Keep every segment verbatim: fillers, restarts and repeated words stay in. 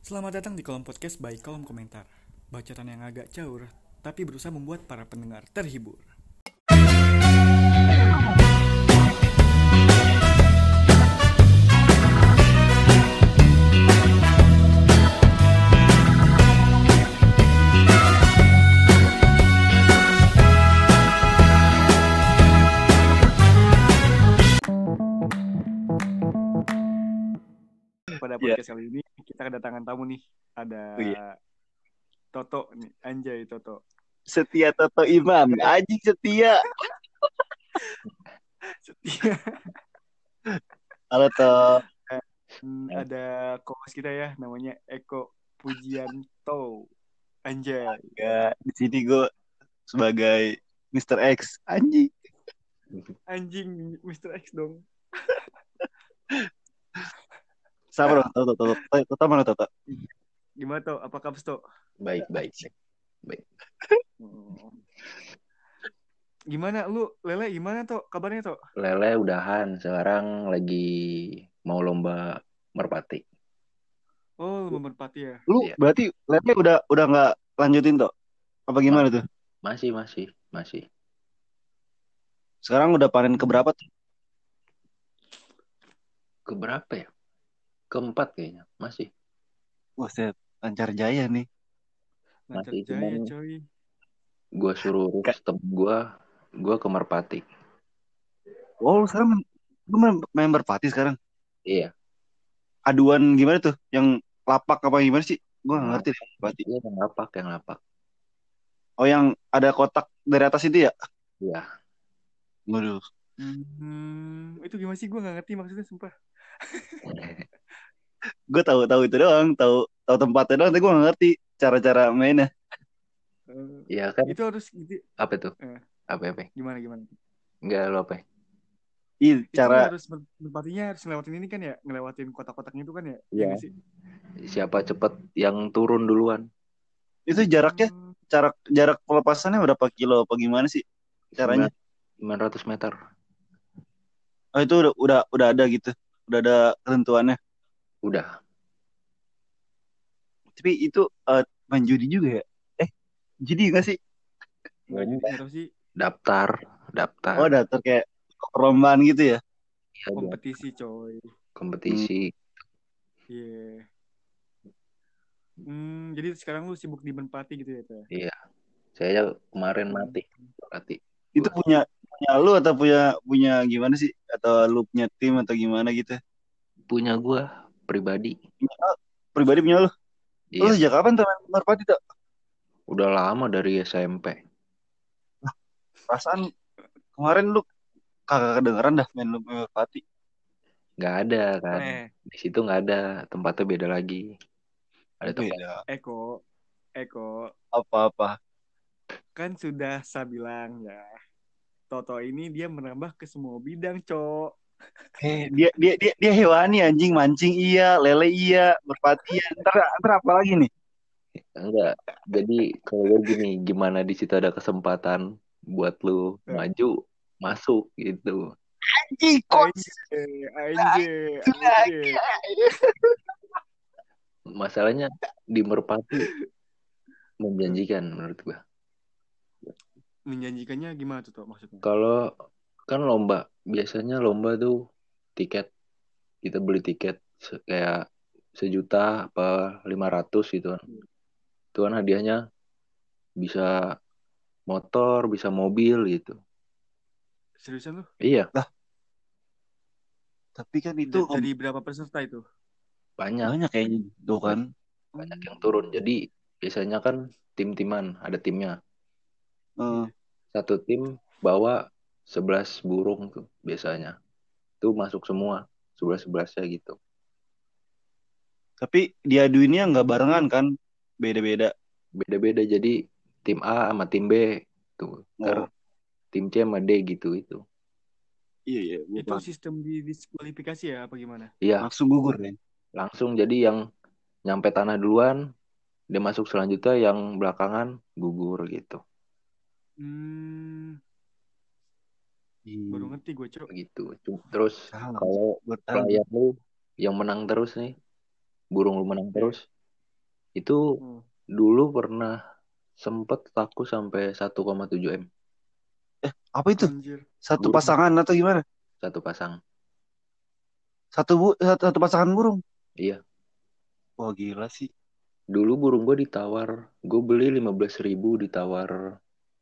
Selamat datang di kolom podcast by kolom komentar. Bacotan yang agak caur, tapi berusaha membuat para pendengar terhibur. Pada podcast yeah. kali ini kita kedatangan tamu nih. Ada Oh, iya. Toto nih, anjay Toto. Setia Toto Imam, anjing setia. Setia. Halo Toto. Hmm, ada co-host kita ya, namanya Eko Pujianto. Anjay. Ya, di sini gue sebagai mister X, anjing. Anjing mister X dong. Sabar dong, Toto, Toto, Toto, Toto mana Toto? Gimana Toto? Apa kabar Toto? Baik, baik, baik. Hmm. Gimana lu, Lele gimana Tok? Kabarnya Tok? Lele udahan, sekarang lagi mau lomba merpati. Oh, lomba merpati ya? Lu Iya. berarti Lele udah udah nggak lanjutin Tok? Apa gimana tuh? Masih, masih, masih. Sekarang udah panen keberapa tuh? Keberapa ya? Keempat kayaknya, masih. Wah, set, lancar jaya nih. Lancar Masih, jaya cuman coy. Gue suruh urus temen gue, gue ke merpati. Oh, lu sekarang main, lu main, main merpati sekarang? Iya. Aduan gimana tuh? Yang lapak apa gimana sih? Gue nggak ngerti deh merpati. Iya, yang lapak, yang lapak. Oh, yang ada kotak dari atas itu ya? Iya. Waduh. Hmm, itu gimana sih? Gue nggak ngerti maksudnya, sumpah. Gue tahu tahu itu doang, tahu tahu tempatnya doang, tapi gue nggak ngerti cara-cara mainnya. Iya uh, kan? Itu harus gitu. Apa tuh? Eh. Apa apa? Gimana gimana? Enggak lo apa? Iya, cara itu harus merpatinya harus ngelewatin ini kan ya, ngelewatin kotak-kotaknya itu kan ya? Iya. Ya, sih? Siapa cepet yang turun duluan? Itu jaraknya, hmm. jarak jarak pelepasannya berapa kilo? Apa gimana sih caranya? sembilan ratus meter. Oh, itu udah udah udah ada gitu, udah ada ketentuannya. Udah. Tapi itu uh, main judi juga ya? Eh, judi nggak sih? Nggak judi, nggak tahu sih. Daftar, daftar. Oh, daftar kayak perlombaan gitu ya? Ya, kompetisi coy. Kompetisi. Iya. Hmm. Yeah. Hmm, jadi sekarang lu sibuk di merpati gitu ya? Tuh? Iya. Saya kemarin mati. Mati. Itu punya punya lu atau punya punya gimana sih? Atau lu punya tim atau gimana gitu? Punya gua pribadi. Oh, pribadi punya lu? Iya. Lu sejak kapan tuh main merpati tuh? Udah lama dari S M P. Nah, perasaan kemarin lu kagak kedengeran dah main merpati. Nggak ada kan. Eh. Di situ nggak ada. Tempatnya beda lagi. Ada tempat. Beda. Eko, Eko. Apa-apa? Kan sudah saya bilang ya. Toto ini dia menambah ke semua bidang, Cok. Eh, dia dia dia dia hewani anjing, mancing iya, lele iya, merpati iya. Ntar, ntar apa lagi nih? Enggak. Jadi kalau gini, gimana di situ ada kesempatan buat lu eh. maju, masuk gitu. Anjing, kok anjing, anjing. Masalahnya di merpati menjanjikan menurut gua. Menjanjikannya gimana tuh maksudnya? Kalau kan lomba, biasanya lomba tuh tiket, kita beli tiket kayak sejuta apa lima ratus gitu kan. Itu kan hadiahnya bisa motor, bisa mobil gitu. Seriusan lu? Iya. Lah. Tapi kan itu D- dari berapa peserta itu? Banyak. Banyak kayaknya tuh kan. Banyak yang turun. Jadi biasanya kan tim-timan, ada timnya. Uh. Satu tim bawa sebelas burung tuh biasanya. Itu masuk semua, sebelas-sebelasnya gitu. Tapi diaduinnya nggak barengan kan? Beda-beda. Beda-beda, jadi tim A sama tim B tuh. Ntar oh. tim C sama D gitu itu. Iya iya. Itu paham. Sistem di diskualifikasi ya apa gimana? Iya. Langsung gugur kan? Langsung, jadi yang nyampe tanah duluan dia masuk, selanjutnya yang belakangan gugur gitu. Hmm. Baru ngerti gue, Cok. Gitu. Terus kalau player lu yang menang terus nih, burung lu menang terus, Itu Hmm. dulu pernah sempet laku sampai satu koma tujuh M. Apa itu? Anjir. Satu Burung pasangan atau gimana? satu pasang. Satu bu satu, satu pasangan burung. Iya. Wah gila sih. Dulu burung gue ditawar, gue beli lima belas ribu ditawar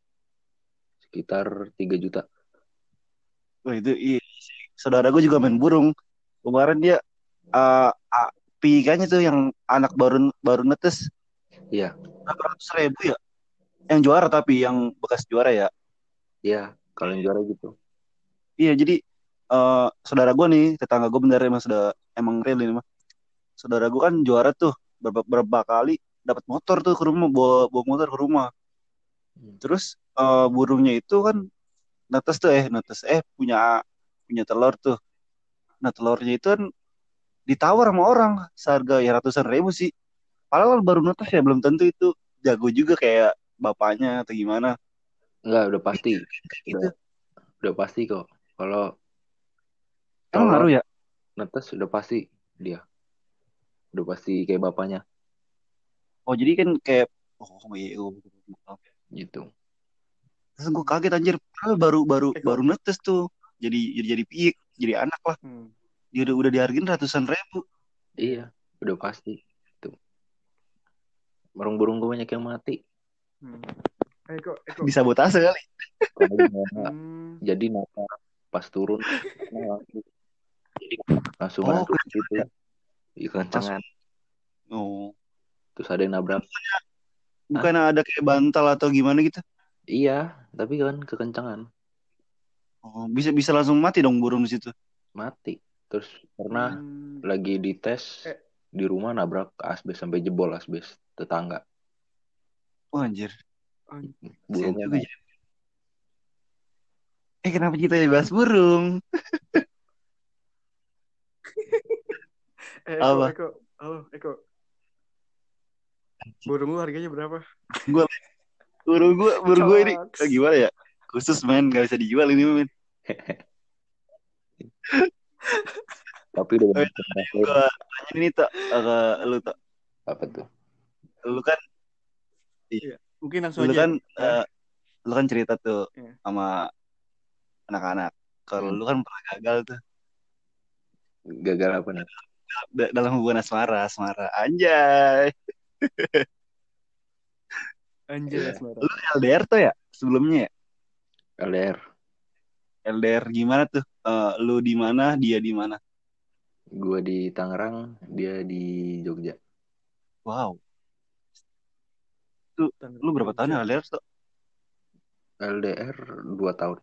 sekitar tiga juta. Wah itu iya sih. Saudara gue juga main burung. Kemarin dia uh, pikannya tuh yang anak baru baru netes Iya, berapa ratus ribu ya? Yang juara tapi yang bekas juara ya. iya. Kalau yang juara gitu. Iya jadi uh, saudara gue nih tetangga gue bener emang sudah emang real ini mah. Saudara gue kan juara tuh berapa berapa kali dapat motor tuh ke rumah bawa bawa motor ke rumah. Hmm. Terus uh, burungnya itu kan netes tuh eh netes eh punya punya telur tuh. Nah telurnya itu kan ditawar sama orang seharga ya ratusan ribu sih. Padahal baru netes ya belum tentu itu jago juga kayak bapaknya atau gimana. Enggak, udah pasti. Iya kayak Udah, gitu. udah pasti kok. Kalau Emang telur ngaruh ya? netes udah pasti dia. Udah pasti kayak bapaknya Oh jadi kan kayak oh iya. Oh, gitu. terus gue kaget anjir. Padahal baru baru Eh baru kok. netes tuh. Jadi jadi jadi piik, jadi anak lah. Hmm. Dia udah udah dihargain ratusan ribu. Iya, udah pasti. Tuh. Burung-burung gue banyak yang mati. Hmm. Eh kok. Eh kok. Disabotase kali. Karena Hmm. jadi napa pas turun nah, jadi langsung Oh ngantuk gitu. kenceng ya? Iya Langsung. kencengan. Oh. Terus ada yang nabrak. Hah? Bukan ada kayak bantal atau gimana gitu? Iya, tapi kan kekencangan Oh, bisa bisa langsung mati dong burung di situ. mati. Terus pernah Hmm. lagi dites Eh. di rumah nabrak asbes sampai jebol asbes tetangga. Oh anjir. Anjir. Kasian Burungnya juga mati. ya. Eh kenapa kita bahas burung? Eh Eko. Apa? Eko. Halo Eko. Burung lu harganya berapa? Gue burung gue burung gue ini Coks. eh, gimana ya? Khusus men, gak bisa dijual ini men. Tapi udah Oh, banyak itu yang tadi ngerasain. gue tanya ini tak ke lu tak. Apa tuh? Lu kan, Iya. Mungkin langsung lu aja. kan, Ya. eh, lu kan cerita tuh Iya. sama anak-anak. Kalau Hmm. lu kan pernah gagal tuh Gagal apa nih? da- dalam hubungan asmara, asmara. Anjay. Anjir Iya, asmara. Lu L D R tuh ya sebelumnya ya? L D R. L D R gimana tuh? Eh, lu di mana, dia di mana? Gua di Tangerang, dia di Jogja. Wow. Tuh, lu Tangerang berapa tahun Jogja. ya L D R tuh? L D R dua tahun.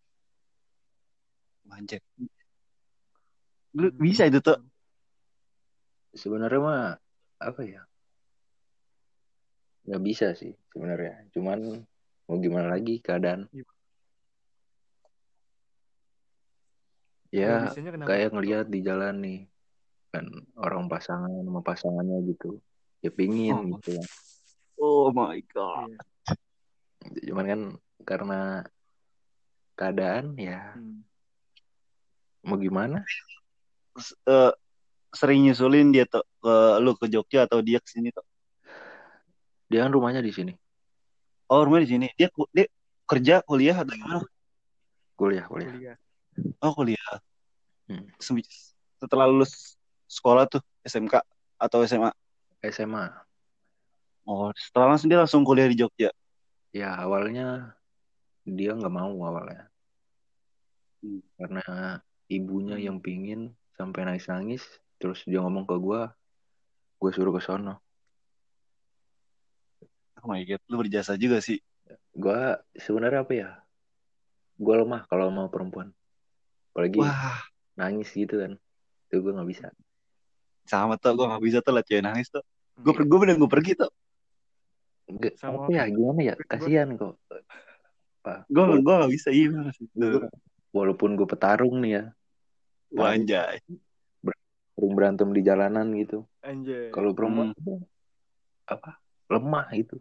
Anjir. Lu Hmm. bisa itu tuh. Sebenarnya mah apa ya? Nggak bisa sih sebenarnya. Cuman mau gimana lagi keadaan? Gak Ya bisanya kenapa? kayak ngelihat di jalan nih kan orang pasangan sama pasangannya gitu. Ya pingin Oh, gitu ya. oh my god. Iya. Cuman kan karena keadaan ya Hmm. mau gimana? S- eh, sering nyusulin dia tuh ke lu ke Jogja atau dia ke sini tuh? Dia kan rumahnya di sini. Oh, rumah di sini. Dia ku- dia kerja, kuliah atau gimana? Kuliah, kuliah. Kuliah. Oh, kuliah. Hmm. Sem- Setelah lulus sekolah tuh S M K atau S M A. S M A. Oh, setelah langsung dia langsung kuliah di Jogja. Ya awalnya dia nggak mau awalnya Hmm. karena ibunya Hmm. yang pingin sampai nangis-nangis. Terus dia ngomong ke gue, gue suruh ke sono. Oh my god, lu berjasa juga sih. Gue sebenarnya apa ya? Gue lemah kalau mau perempuan. Apalagi Wah, nangis gitu kan. Itu gue nggak bisa. sama tuh, gue gak bisa tuh liat cewek nangis tuh. Gue Iya. gue bener gue pergi tuh. Nggak, Sama apa ya? Gimana ya? gue. Kasihan kok. Pak. Gue Wala- gue gak bisa iya bener sih. gua- Walaupun gue petarung nih ya, tapi Wanjay. sering berantem di jalanan gitu. Anjay. Kalau perempuan Hmm. itu apa? Lemah gitu.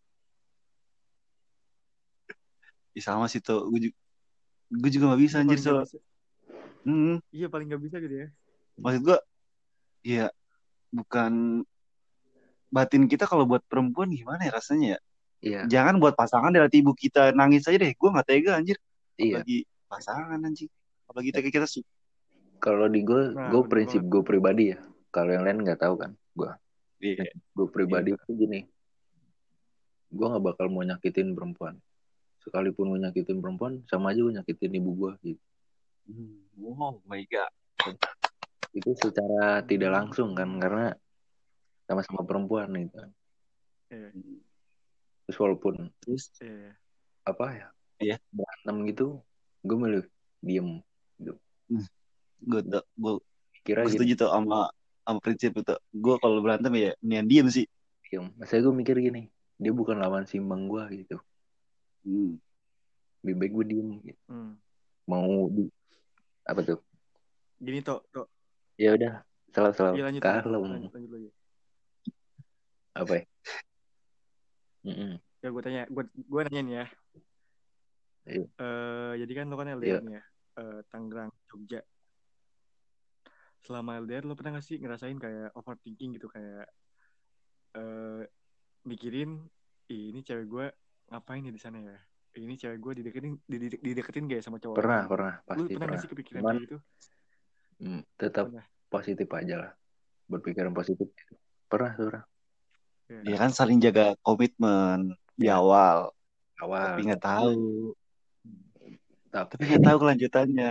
Ih, sama sih tuh. Gue juga, gue juga gak bisa Iya, anjir paling gak soal. bisa. Hmm. Iya paling gak bisa gitu ya. Maksud gue, ya bukan batin kita kalau buat perempuan gimana ya rasanya ya? Iya, Jangan buat pasangan dari ibu kita nangis aja deh. Gue nggak tega anjir. iya. Apalagi pasangan anjing. Apalagi kita kita su- Kalau di gue, Nah, gue bener prinsip banget. gue pribadi ya. Kalau yang lain nggak tahu kan. Gue, Iya, gue pribadi iya. itu gini. Gue nggak bakal mau nyakitin perempuan. Sekalipun mau nyakitin perempuan, sama aja gue nyakitin ibu gue. Gitu. Hmm, oh my god. Itu secara tidak langsung kan, karena sama-sama perempuan gitu. Iya, Terus walaupun Terus iya. apa ya, Iya. berantem gitu, gue milih diem. Gitu. gue gue Kira gue gini, setuju tuh sama sama prinsip itu. Gue kalau berantem ya nian diem sih. diem. Saya gue mikir gini, dia bukan lawan simbang gue gitu. Hmm. Lebih baik gue diem. Gitu. Hmm. Mau di apa tuh? Gini toh, toh. Ya udah, salah salah. Iya lanjut, Kalem. lanjut, lanjut, lanjut lagi. Apa ya? Mm-mm. Ya gue tanya, gue gue nanya nih ya. Iya. Eh, jadi kan lo kan L D R Iya. nih ya, eh, Tangerang, Jogja. Selama L D R lo pernah gak sih ngerasain kayak overthinking gitu, kayak eh, mikirin, "Ih, ini cewek gue ngapain ya di sana ya? Ini cewek gue dideketin, didek- dideketin gak ya sama cowok Pernah, lain?" pernah, Lu pasti pernah pernah. gak sih kepikiran Cuman kayak gitu? mm, tetap Pernah. positif aja lah. Berpikiran positif. Pernah, pernah. Iya. Ya kan saling jaga komitmen di Ya, awal. awal. Tapi nggak tahu. Tapi Tapi nggak tahu kelanjutannya.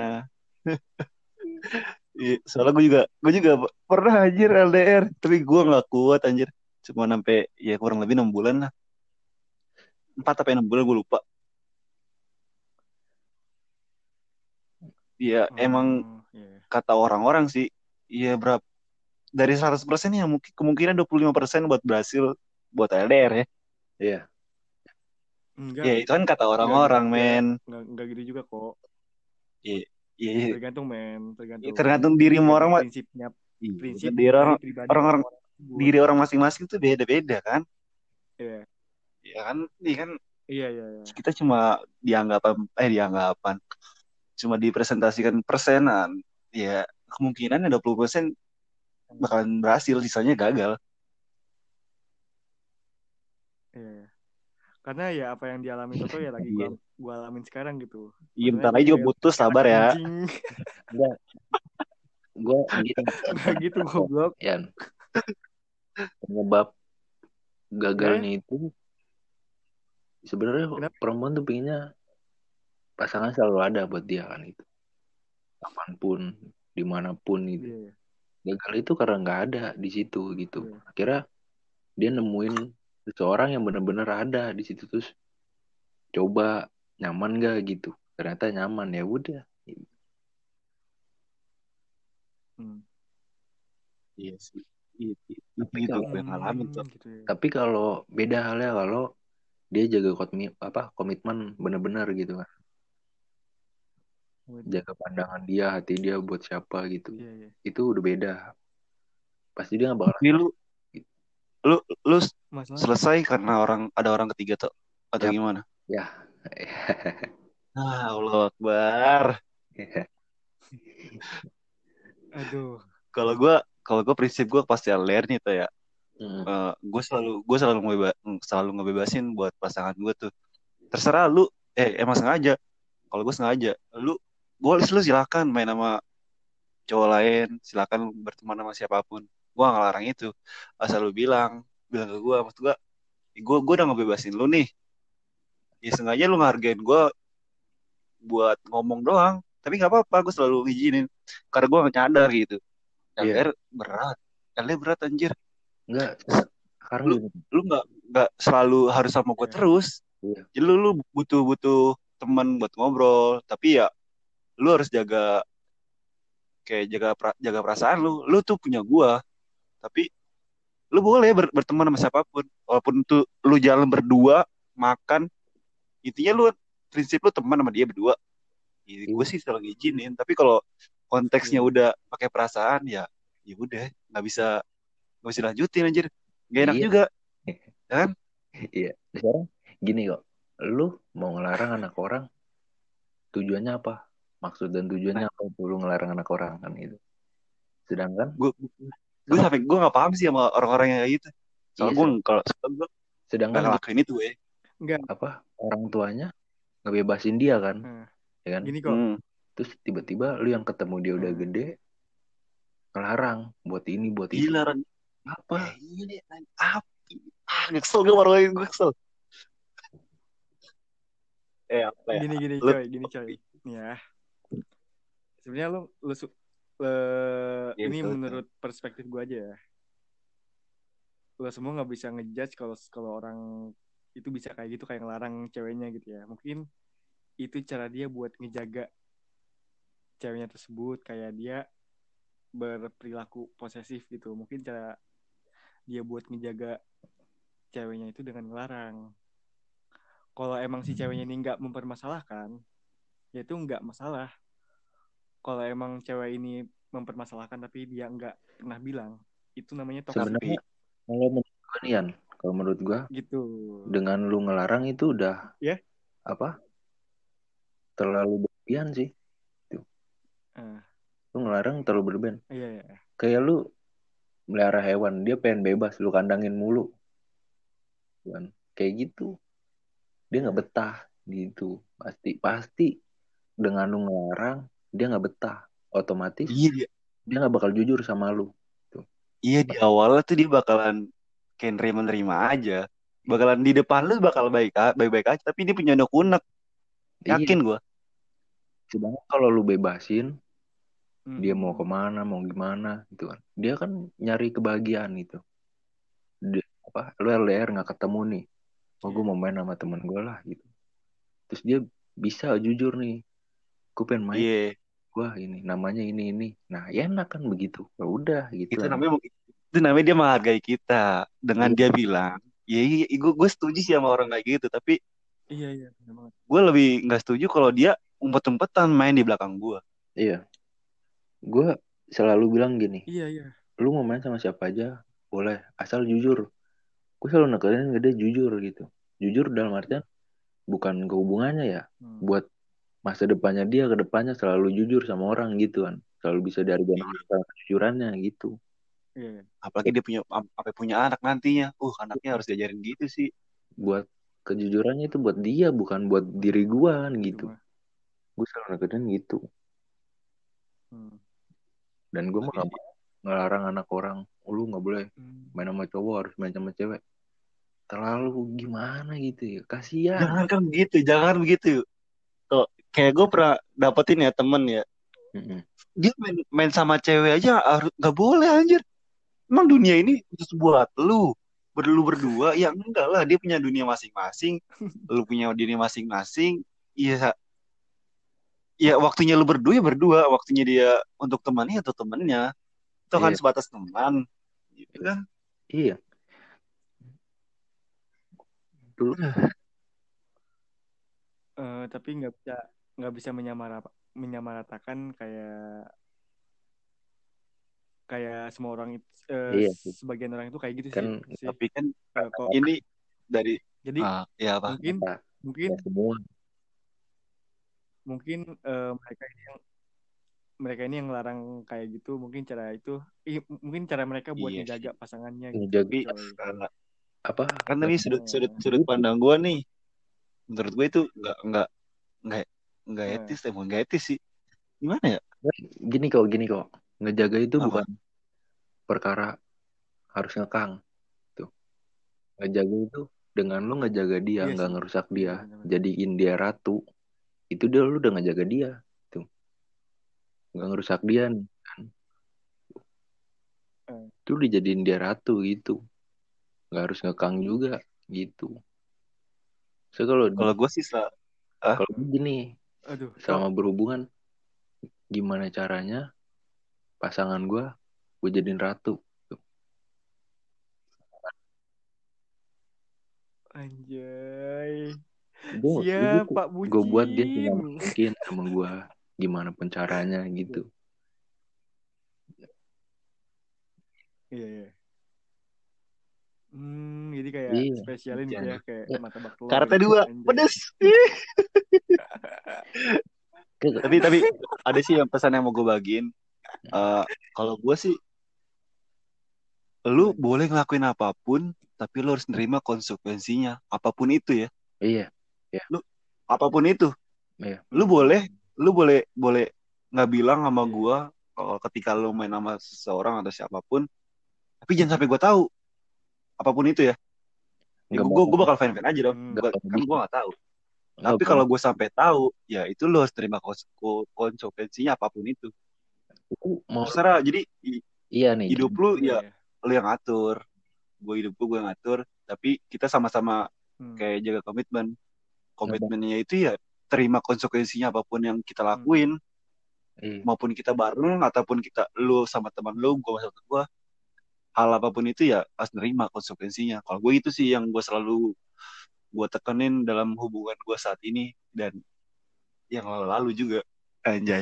Iya, soalnya gue juga gue juga pernah anjir L D R, tapi gue nggak kuat anjir. Cuma sampai ya kurang lebih enam bulan lah. Empat sampai enam bulan gue lupa. Iya, emang Oh, iya. kata orang-orang sih, iya berapa dari seratus persen ya mungkin kemungkinan dua puluh lima persen buat berhasil buat L D R ya. iya, Enggak, Ya itu kan kata enggak gitu orang-orang, juga. men. Enggak, enggak gitu juga kok. Iya, iya, iya. Tergantung men, Iya, tergantung. tergantung diri sama orang, Tergantung Mak. prinsipnya, Iya, prinsip diri dari orang pribadi orang-orang orang-orang tersebut. diri orang masing-masing tuh beda-beda kan. Iya, Ya kan, ini kan iya, iya, iya. kita cuma dianggapan eh dianggapan cuma dipresentasikan persenan. Ya kemungkinan dua puluh persen bakalan berhasil, sisanya gagal. Iya, iya. Karena ya apa yang dialami Toto ya lagi Iya. gua gua alamin sekarang gitu. Iya, Maksudnya bentar gua lagi juga kayak putus, kayak sabar anak ya. anjing. enggak. Gue gini, Enggak gitu goblok. Yan, penyebab gagalnya Eh, itu sebenarnya kenapa? perempuan tuh pinginnya pasangan selalu ada buat dia kan itu. Kapanpun, dimanapun gitu. Iya, iya. Gagal itu karena nggak ada di situ gitu. Iya. Akhirnya dia nemuin seseorang yang benar-benar ada di situ, terus coba nyaman gak gitu. Ternyata nyaman, ya udah. Hmm. Iya sih. Iya, iya. Itu Tapi gitu kalau gue ngalamin tuh. Hmm, gitu ya. tapi kalau beda halnya kalau dia jaga komitmen apa komitmen benar-benar gitu kan. Jaga pandangan dia, hati dia buat siapa gitu. Iya, iya. Itu udah beda. Pasti dia nggak bakal Tapi lu lu lu Masalah. selesai karena orang ada orang ketiga tuh atau Yap. gimana? Ya. Ah, Allah Akbar. Aduh. Kalau gue kalau gue prinsip gue pasti L D R nih tuh ya. Hmm. Uh, gue selalu gue selalu ngebeba, selalu ngebebasin buat pasangan gue tuh. Terserah lu eh emang sengaja. Kalau gue sengaja, lu boleh lu silakan main sama cowok lain, silakan berteman sama siapapun. Gue gak ngelarang itu. Asal lu bilang, bilang ke gue, maksud gue, gue gue udah ngebebasin lu nih. Ya sengaja lu ngehargain gue buat ngomong doang. Tapi nggak apa-apa, gue selalu ngizinin. Karena gue gak nyadar gitu. Iya. L D R berat, L D R berat anjir. Enggak. Sekarang Lu gini. lu nggak nggak selalu harus sama gue Iya. terus. Iya. Jadi lu lu butuh butuh teman buat ngobrol. Tapi ya lu harus jaga kayak jaga pra- jaga perasaan lu. Lu tuh punya gue. Tapi lu boleh ber- berteman sama siapapun. Walaupun tuh lu jalan berdua makan, intinya lu prinsip lu teman sama dia berdua. Ya, gue sih selalu ngizinin. Tapi kalau konteksnya Iya. udah pakai perasaan ya ya udah nggak bisa nggak bisa lanjutin anjir. Gak enak Iya. juga, ya kan? Iya. Sekarang gini kok, lu mau ngelarang anak orang, tujuannya apa? Maksud dan tujuannya apa untuk lu ngelarang anak orang kan gitu. Sedangkan Gue gue sampai gue nggak paham sih sama orang-orang yang kayak gitu. Soalnya Iya, gue sedang- kalau gue gak sedangkan di- ngelakuin itu ya. Enggak. apa orang tuanya ngebebasin dia kan, Nah, ya kan? gini kok. Hmm. Terus tiba-tiba lu yang ketemu dia udah Hmm. gede, ngelarang buat ini buat itu. Gila Ran. Apa? Eh, ini api. Ah, kesel gue baru gue kesel. Eh apa ya? Gini gini Lu- coy, gini coy. Nih ya. Sebenarnya lu lu su- le- Iya, ini betul, menurut perspektif gue aja ya. Lo semua nggak bisa ngejudge kalau kalau orang itu bisa kayak gitu, kayak ngelarang ceweknya gitu ya. Mungkin itu cara dia buat ngejaga ceweknya tersebut, kayak dia berperilaku posesif gitu. Mungkin cara dia buat ngejaga ceweknya itu dengan ngelarang. Kalau emang si ceweknya ini nggak mempermasalahkan, ya itu nggak masalah. Kalau emang cewek ini mempermasalahkan tapi dia nggak pernah bilang, itu namanya toxic Sebenarnya kalau menurut gue nih, Yan, kalau menurut gue gitu. dengan lu ngelarang itu udah Ya? apa? Terlalu berlebihan sih. Uh, Lu ngelarang terlalu berlebihan. iya ya. Kayak lu melihara hewan, dia pengen bebas, lu kandangin mulu. Kan? Kayak gitu. Dia nggak betah gitu. Pasti pasti dengan lu ngelarang, dia nggak betah. Otomatis Iya dia. dia nggak bakal jujur sama lu. Iya di awalnya tuh dia bakalan kayak nerima-nerima aja. Bakalan di depan lu bakal baik baik-baik aja, tapi dia punya unek-unek. Yakin Iya. gue. Sedangkan kalau lu bebasin, Hmm. dia mau kemana, mau gimana gitu kan. Dia kan nyari kebahagiaan gitu. Dia, apa, lu L D R nggak ketemu nih. Oh, gue mau main sama temen gue lah gitu. Terus dia bisa jujur nih. Gue pengen main. Iya. Wah ini namanya ini ini. Nah ya enak kan begitu. Ya udah gitu. Itu kan. namanya itu namanya dia menghargai kita dengan Iya. dia bilang, ya iya, gue gue setuju sih sama orang kayak gitu, tapi Iya iya. Memang. gue lebih nggak setuju kalau dia umpet-umpetan main di belakang gue. Iya. Gue selalu bilang gini. Iya iya. Lu mau main sama siapa aja boleh asal jujur. Gue selalu nekenin ke dia jujur gitu. Jujur dalam artian bukan ke hubungannya ya. Hmm. Buat masa depannya dia ke depannya selalu jujur sama orang gitu kan. Selalu bisa dihargai orang sama kejujurannya gitu. Iya. Apalagi dia punya apa punya anak nantinya. Uh, anaknya harus diajarin gitu sih. Buat kejujurannya itu buat dia bukan buat diri gue kan gitu. Gue selalu nekenin gitu. Hmm. Dan gue mah gak mau ngelarang anak orang, oh, lu gak boleh main sama cowok, harus main sama cewek. Terlalu gimana gitu ya, kasihan. Jangan kan begitu, jangan begitu. Tuh, kayak gue pernah dapetin ya temen ya. Mm-mm. Dia main, main sama cewek aja harus gak boleh anjir. Emang dunia ini khusus buat lu. Berlu berdua, ya enggak lah. Dia punya dunia masing-masing. Lu punya dunia masing-masing. Iya. Ya waktunya lu berdua ya berdua. Waktunya dia untuk temannya atau temannya. Itu kan Iya. sebatas teman. Gitu kan. Iya. Dulu. Uh, tapi nggak bisa nggak bisa menyamara menyamaratakan kayak kayak semua orang itu uh, Iya sih. sebagian orang itu kayak gitu Kan, sih. Tapi kan uh, kok ini dari jadi ah, ya apa? mungkin apa? mungkin Ya, semua. mungkin uh, mereka ini yang mereka ini yang larang kayak gitu, mungkin cara itu ih, mungkin cara mereka buat Iya menjaga sih. pasangannya Menjaga gitu. Uh, apa? kan tadi sudut sudut sudut pandang gue nih, menurut gue itu nggak nggak nggak nggak etis, emang nggak etis sih. Gimana ya? Gini kok, gini kok. Ngejaga itu Apa? bukan perkara harus ngekang. Tuh. Ngejaga itu dengan lu ngejaga dia, nggak Iya ngerusak dia, bener-bener. jadiin dia ratu. Itu dia lu udah ngejaga dia. Tuh. Nggak ngerusak dia nih kan. Hmm. Itu dijadiin dia ratu gitu. Nggak harus ngekang juga gitu. So kalau kalau gue sih ah? kalau gini, aduh, selama berhubungan gimana caranya pasangan gue gue jadiin ratu. Tuh. Anjay. Gua, Siap gitu. Pak Bucin. Gue buat dia senyaman mungkin sama gue. Gimana pun caranya gitu. Iya, iya. Hmm, jadi kayak Iya. spesialin gitu ya, kayak Ya. martabak telur. Karate gitu. dua, Anjay. pedes. tapi tapi ada sih yang pesan yang mau gue bagiin. Uh, kalau gue sih lu boleh ngelakuin apapun, tapi lu harus nerima konsekuensinya, apapun itu ya. Iya. Iya. Lu apapun itu, Iya. lu boleh, lu boleh boleh nggak bilang sama Iya. gua kalau ketika lu main sama seseorang atau siapapun, tapi jangan sampai gua tahu, apapun itu ya. Ya Nggak gua bakal gua bakal fine fine aja dong, Hmm. nggak gua, bakal kan bisa. gua nggak tahu. Nggak Tapi bakal. kalau gue sampai tahu, ya itu lu harus terima kons- ko- konsekuensinya apapun itu. Itu mau Terserah. Jadi i- iya nih. hidup lu ya Iya. lu yang ngatur, gue hidup gue gue ngatur. Tapi kita sama-sama Hmm. kayak jaga komitmen. Nggak Komitmennya itu ya terima konsekuensinya apapun yang kita Hmm. lakuin, Iya. maupun kita bareng ataupun kita lu sama teman lu, gue sama teman gue, hal apapun itu ya harus nerima konsekuensinya. Kalau gue itu sih yang gue selalu gue tekenin dalam hubungan gue saat ini dan yang lalu-lalu juga. Anjay.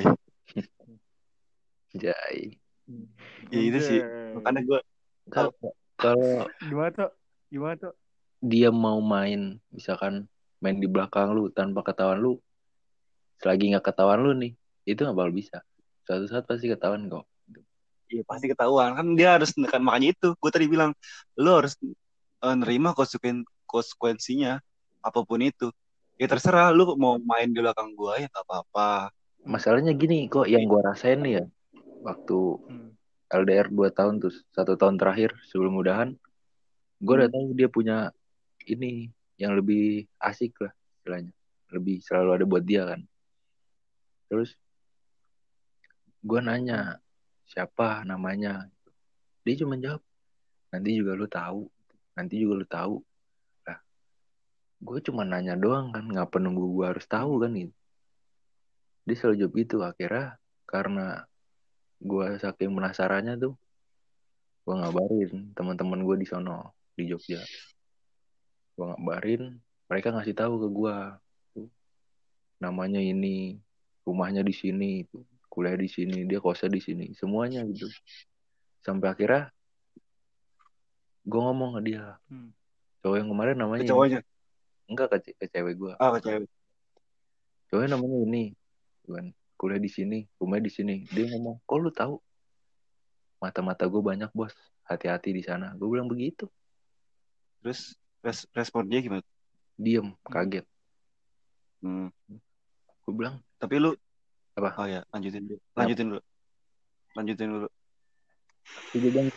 Jai. Hmm. Ya itu sih. Anjay. Makanya gue Kalau kalau Gimana tuh? Gimana tuh? dia mau main, misalkan main di belakang lu tanpa ketahuan lu, selagi nggak ketahuan lu nih, itu nggak bakal bisa. Suatu saat pasti ketahuan kok. Iya pasti ketahuan kan, dia harus menekan. Makanya itu gue tadi bilang lo harus uh, nerima konsekuen konsekuensinya apapun itu. Ya terserah lu mau main di belakang gue ya nggak apa-apa. Masalahnya gini kok, yang gua rasain nih ya, waktu Hmm. L D R dua tahun tuh, satu tahun terakhir sebelum udahan, gua udah tahu dia punya ini yang lebih asik lah istilahnya, lebih selalu ada buat dia kan. Terus gua nanya siapa namanya, dia cuma jawab nanti juga lu tahu, nanti juga lu tahu. Lah, gue cuma nanya doang kan, ngapa nunggu gue harus tahu kan gitu. Dia selalu jawab gitu. Akhirnya karena gue saking penasarannya tuh, gue ngabarin teman-teman gue di sono di Jogja. Gue ngabarin, mereka ngasih tahu ke gue namanya ini, rumahnya di sini, kuliah di sini, dia kosnya di sini, semuanya gitu. Sampai akhirnya gue ngomong ke dia, Hmm. cowok yang kemarin namanya Ke ini. cowoknya. Enggak, ke, ke cewek gue. Ah ke cewek. Cowoknya namanya ini, kan kuliah di sini, rumah di sini. Dia ngomong, kok lu tahu? Mata-mata gue banyak bos, hati-hati di sana. Gue bilang begitu. Terus res respon dia gimana? Diem, kaget. Hmm. Gue bilang, tapi lu apa? Oh ya, lanjutin dulu. Lanjutin dulu. Lanjutin dulu. Gue bilang,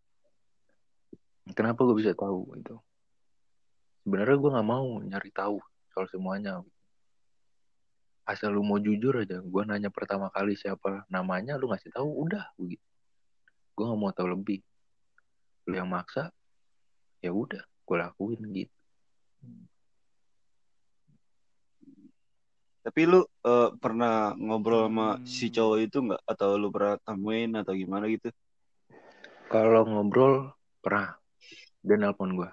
kenapa gue bisa tahu itu? Sebenarnya gue nggak mau nyari tahu soal semuanya. Asal lu mau jujur aja. Gue nanya pertama kali siapa namanya, lu ngasih tahu, udah begitu. Gue nggak mau tahu lebih. Lu yang maksa, ya udah, gue lakuin gitu. Tapi lu uh, pernah ngobrol sama Hmm. si cowok itu nggak? Atau lu pernah temuin atau gimana gitu? Kalau ngobrol, pernah. Dia nelpon gue.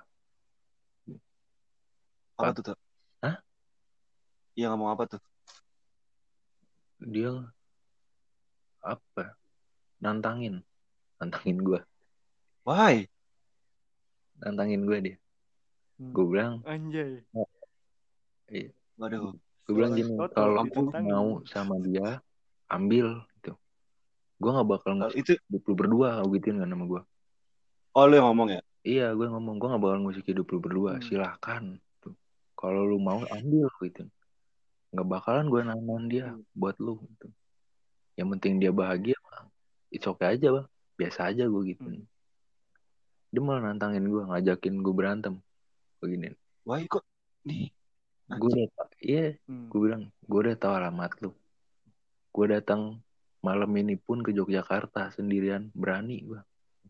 Apa tuh tuh? Hah? Iya ngomong apa tuh? Dia apa? Nantangin. Nantangin gue. Why? Nantangin gue dia. Hmm. Gue bilang, Anjay. oh, iya. Waduh. Gue bilang gini, Toto kalau ditantangin. mau sama dia, ambil gitu. Gue nggak bakal Kalau ngusik itu hidup lu berdua, gituin kan sama gue. oh lu yang ngomong ya? Iya, gue ngomong, gue nggak bakal ngusik hidup lu berdua. Hmm. Silahkan. Tuh. Kalau lu mau, ambil gitu. Nggak bakalan gue nahan dia Hmm. buat lu. Gitu. Yang penting dia bahagia, bang. It's okay aja bang. Biasa aja gue gitu. Hmm. Dia malah nantangin gue, ngajakin gue berantem. Begini. Why kok nih? Gue udah, iya, Hmm. gue bilang, gue udah tahu alamat lu. Gue datang malam ini pun ke Yogyakarta sendirian, berani gue.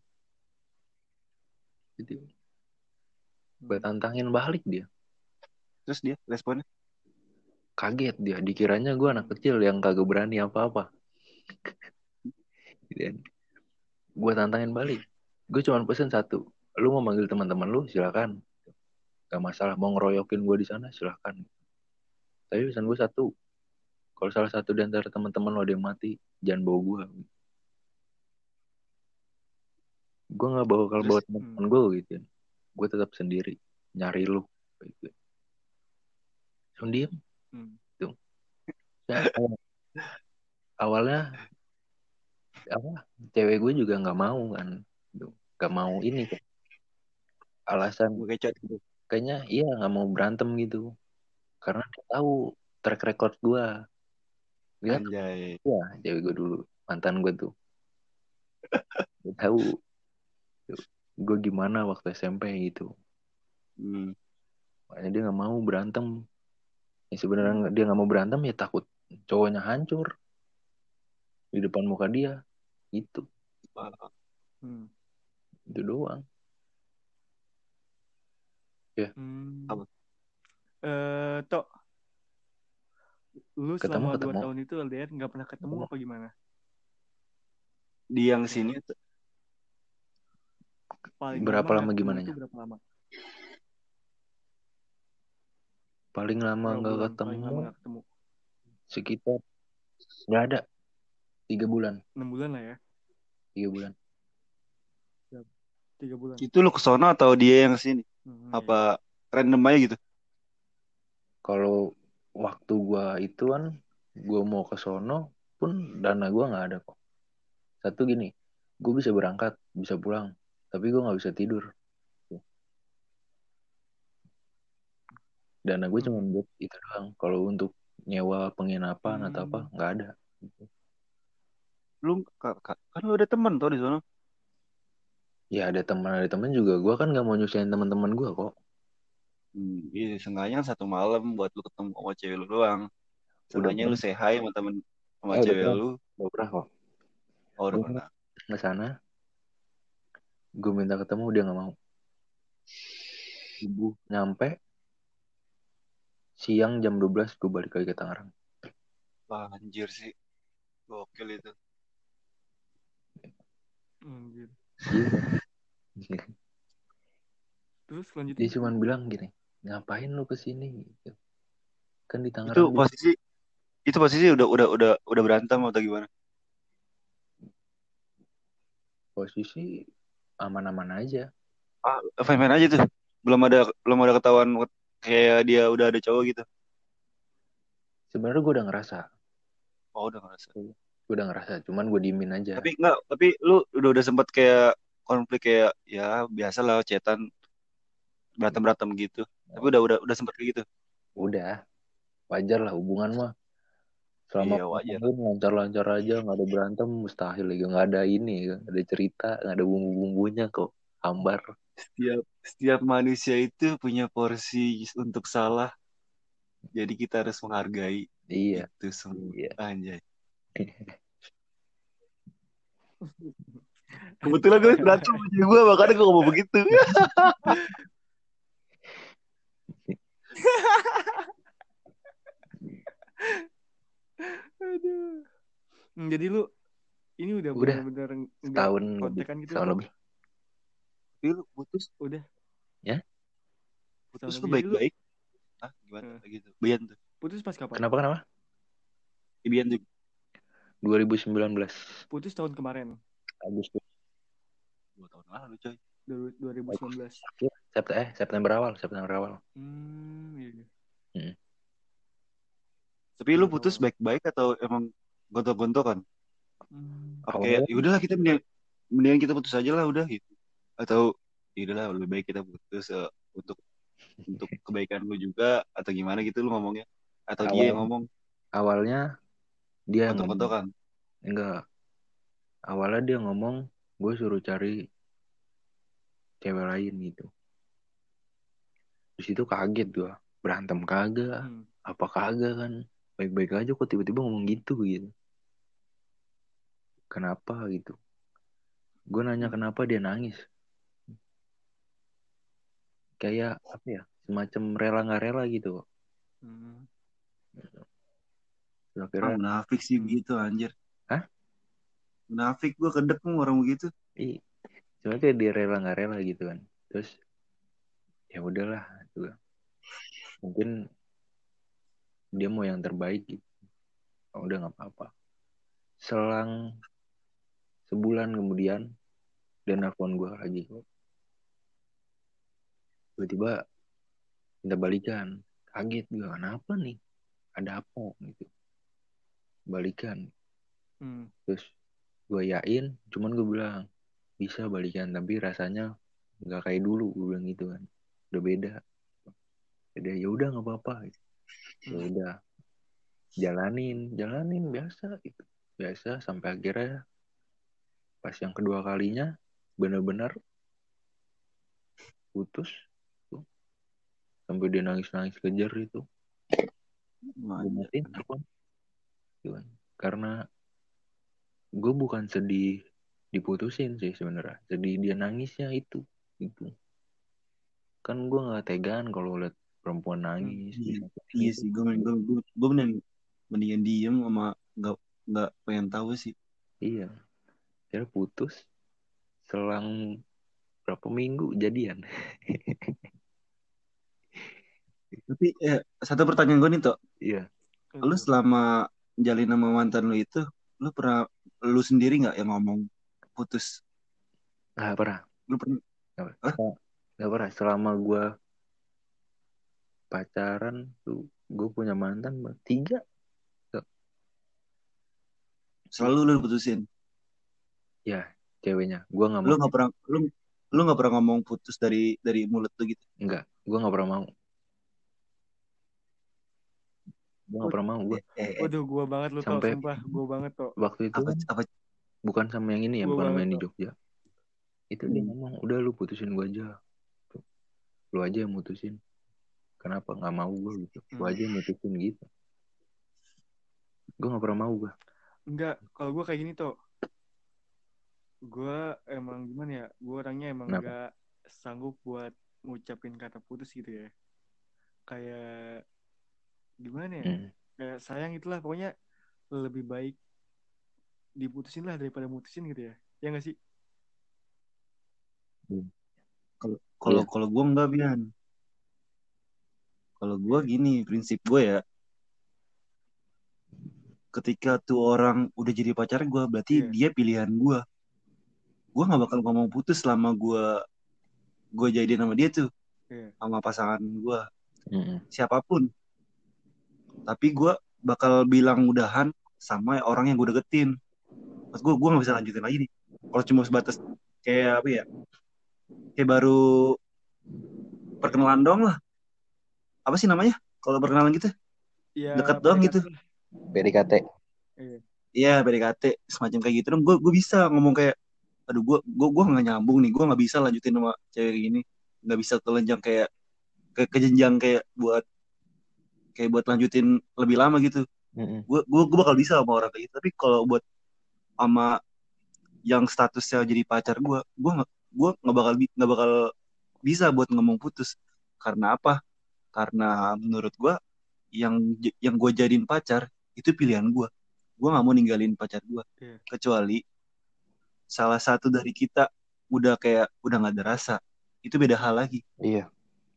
Gitu. Gue tantangin balik dia. Terus dia responnya? Kaget dia, dikiranya gue anak kecil yang kagak berani apa-apa. Dan gue tantangin balik. Gue cuma pesen satu, lu mau manggil teman-teman lu silakan, gak masalah. Mau ngeroyokin gue di sana silakan. Tapi pesan gue satu, kalau salah satu di antara teman-teman lo ada yang mati, jangan bawa gue. Gue nggak bawa kalau bawa teman-teman gue gitu. Gue tetap sendiri nyari lu. Gitu. Langsung diem. Hmm. Tuh. Ya, awalnya apa? Cewek gue juga nggak mau kan. Tuh. gak mau ini kan. Alasan Gue kecot gitu. kayaknya iya gak mau berantem gitu. Karena dia tahu track record gue. Dia Anjay. ya cewek gue dulu, mantan gue tuh. Dia tahu gue gimana waktu S M P gitu. Hmm. Makanya dia gak mau berantem. Ya sebenarnya dia gak mau berantem ya takut cowoknya hancur di depan muka dia. Gitu. Hmm. Itu doang. Ya. Hmm. Apa? Eh, Tok, lu Ketemu selama dua ketemu. tahun itu L D R nggak pernah ketemu Ketemu. apa gimana? Di yang sini tuh. Paling Berapa lama lama nggak ketemu gimana itu ya? berapa lama? Paling lama Berapa nggak bulan? Paling ketemu lama nggak ketemu? sekitar nggak ada tiga bulan. Enam bulan lah ya? Tiga bulan. Tiga bulan. Itu lu ke sono atau dia yang sini? Hmm, iya. Apa random aja gitu? Kalau waktu gua itu kan gua mau ke sono pun dana gua nggak ada kok. Satu gini, gua bisa berangkat, bisa pulang, tapi gua nggak bisa tidur. Dana gue cuma Hmm. buat itu doang. Kalau untuk nyewa penginapan atau apa Hmm. nggak ada. Lu ka- ka- kan lu ada teman tuh di sono. Ya ada teman ada teman juga. Gua kan nggak mau nyusahin teman-teman gua kok. Hmm, iya, seenggaknya kan satu malam buat lu ketemu sama cewek lu doang. Udah Seenggaknya lu pernah. say hi sama temen sama Eh udah cewek pernah. lu. Udah pernah kok. Oh, udah Gue pernah. ke sana, gue minta ketemu dia nggak mau. Subuh nyampe, siang jam dua belas gue balik lagi ke Tangerang. Wah, anjir sih. Gokil itu. Anjir. Iya. Terus lanjutin. Dia cuma bilang gini, ngapain lu kesini? Gitu. Kan di Itu Tangerang dia posisi itu posisi udah udah udah udah berantem atau gimana? posisi aman-aman aja. Ah, fine-fine aja tuh. Belum ada belum ada ketahuan kayak dia udah ada cowok gitu. Sebenarnya gue udah ngerasa, Oh, udah ngerasa. gue udah ngerasa, cuman gue diemin aja. Tapi enggak, tapi lu udah udah sempet kayak konflik kayak ya biasa lah cetan berantem-berantem gitu. Tapi udah udah udah sempet kayak gitu. Udah, wajar lah hubungan mah. Selama Iya, empat wajar. tahun lancar-lancar aja, nggak ada berantem, mustahil lagi. Nggak ada ini, nggak ada cerita, nggak ada bumbu-bumbunya kok. Hambar. Setiap setiap manusia itu punya porsi untuk salah. Jadi kita harus menghargai Iya, itu semua. iya. Anjay. Kebetulan gue berantem sama cewek gue, makanya gue ngomong begitu. Aduh. Hmm, Jadi lu ini udah Udah bener-bener nggak setahun lebih, kontekan gitu setahun Tok? lebih. Tapi lu putus, Udah Ya, putus setahun tuh lebih. Jadi lu baik-baik. Ah, gimana eh, kayak gitu? Bian tuh. putus pas kapan? kenapa kenapa? Bian tuh. dua ribu sembilan belas Putus tahun kemarin, Agustus. Dua tahun lalu coy. dua ribu sembilan belas. September eh September awal, September awal. Hmm, iya. iya. Hmm. Tapi lu putus baik-baik atau emang gontok-gontokan? Hmm. Apa kayak Awalnya yaudahlah kita mendingan, mendingan kita putus aja lah udah gitu. Atau yaudahlah lebih baik kita putus eh, untuk untuk kebaikan lu juga atau gimana gitu lu ngomongnya? Atau dia yang awal ngomong awalnya dia yang ngomong. gontok-gontokan? Enggak, awalnya dia ngomong gue suruh cari cewek lain gitu. Terus itu kaget gue, berantem kagak, Hmm. apa kagak kan, baik-baik aja kok tiba-tiba ngomong gitu gitu. Kenapa gitu? Gue nanya Hmm. kenapa, dia nangis. Kayak apa ya, semacam rela nggak rela gitu. Hmm. Terus Ah, akhirnya, munafik sih Hmm. begitu anjir. hah? Munafik gua kedek mu orang begitu. Ih, cuma kayak dia rela nggak rela gitu kan. Terus ya udahlah, gitu. Mungkin dia mau yang terbaik gitu. Oh, udah nggak apa-apa. Selang sebulan kemudian dia nelfon gue lagi kok. Tiba-tiba minta balikan. Kaget gue, kenapa nih? Ada apa gitu? Balikan. Hmm. Terus gue yain, cuman gue bilang, bisa balikan, tapi rasanya nggak kayak dulu, gue bilang gitu kan, udah beda. Jadi ya udah nggak apa-apa, ya Hmm. udah jalanin jalanin biasa gitu, biasa sampai akhirnya pas yang kedua kalinya benar-benar putus tuh, sampai dia nangis-nangis kejar itu, gue matiin telepon gitu kan. Karena gue bukan sedih diputusin sih sebenarnya, sedih dia nangisnya itu itu kan gue nggak tegaan kalau lihat perempuan Hmm. nangis Iya, disakitin iya itu. sih, gue gue gue gue mending mendingan diem sama nggak nggak pengen tahu sih. Iya, akhirnya putus selang berapa minggu jadian. Tapi eh, satu pertanyaan gue nih Tok, Iya. lu Itu. selama jalin sama mantan lu itu, lu pernah lu sendiri nggak yang ngomong putus? Nggak pernah. Lu pernah? Nggak Hah? pernah. Nggak pernah. Selama gue pacaran tuh, gue punya mantan tiga. Selalu lu putusin. Ya, ceweknya. Gue nggak Lu mau. nggak pernah lu lu nggak pernah ngomong putus dari dari mulut lu gitu. Nggak. Gue nggak pernah mau. Gue nggak pernah mau. Gue Eh, eh, eh, Waduh, gua banget lu Tok, sampai sumpah, gua banget Tok. waktu itu apa kan apa bukan sama yang ini ya, Gua bukan sama banget yang di Tok. Jogja. Itu dia hmm, ngomong, udah lu putusin gue aja. Tuh, lu aja yang mutusin. Kenapa nggak mau gue gitu? Lu Hmm. aja yang mutusin gitu. Gue nggak pernah mau gue. Enggak, kalau gua kayak gini Tok. Gua emang gimana ya? Gua orangnya emang Kenapa? enggak sanggup buat ngucapin kata putus gitu ya. Kayak gimana ya? Hmm. Kayak sayang itulah, pokoknya lebih baik diputusin lah daripada mutusin gitu ya. Ya nggak sih? Hmm. kalau kalau Iya. kalau gue enggak Bian. Kalau gue gini prinsip gue ya, ketika tuh orang udah jadi pacar gue, berarti Iya. dia pilihan gue. Gue nggak bakal ngomong putus selama gue gue jadian sama dia tuh, Iya. sama pasangan gue Hmm. siapapun. Tapi gue bakal bilang udahan sama orang yang gue deketin. Mas gue gue nggak bisa lanjutin lagi nih. Kalau cuma sebatas kayak apa ya? Kayak baru perkenalan doang lah. Apa sih namanya? Kalau perkenalan gitu, dekat Ya doang gitu. P D K T lah. P D K T. Iya. Iya, P D K T semacam kayak gitu dong. Gue gue bisa ngomong kayak, aduh gue gue gue nggak nyambung nih. Gue nggak bisa lanjutin sama cewek gini. Nggak bisa ke jenjang kayak ke, ke jenjang kayak buat kayak buat lanjutin lebih lama gitu. Hmm. Gue gue gue bakal bisa sama orang kayak gitu. Tapi kalau buat sama yang statusnya jadi pacar gue, gue nggak gue nggak bakal nggak bakal bisa buat ngomong putus. Karena apa? Karena menurut gue yang yang gue jadiin pacar itu pilihan gue. Gue nggak mau ninggalin pacar gue. Iya. Kecuali salah satu dari kita udah kayak udah nggak ada rasa, itu beda hal lagi. Iya.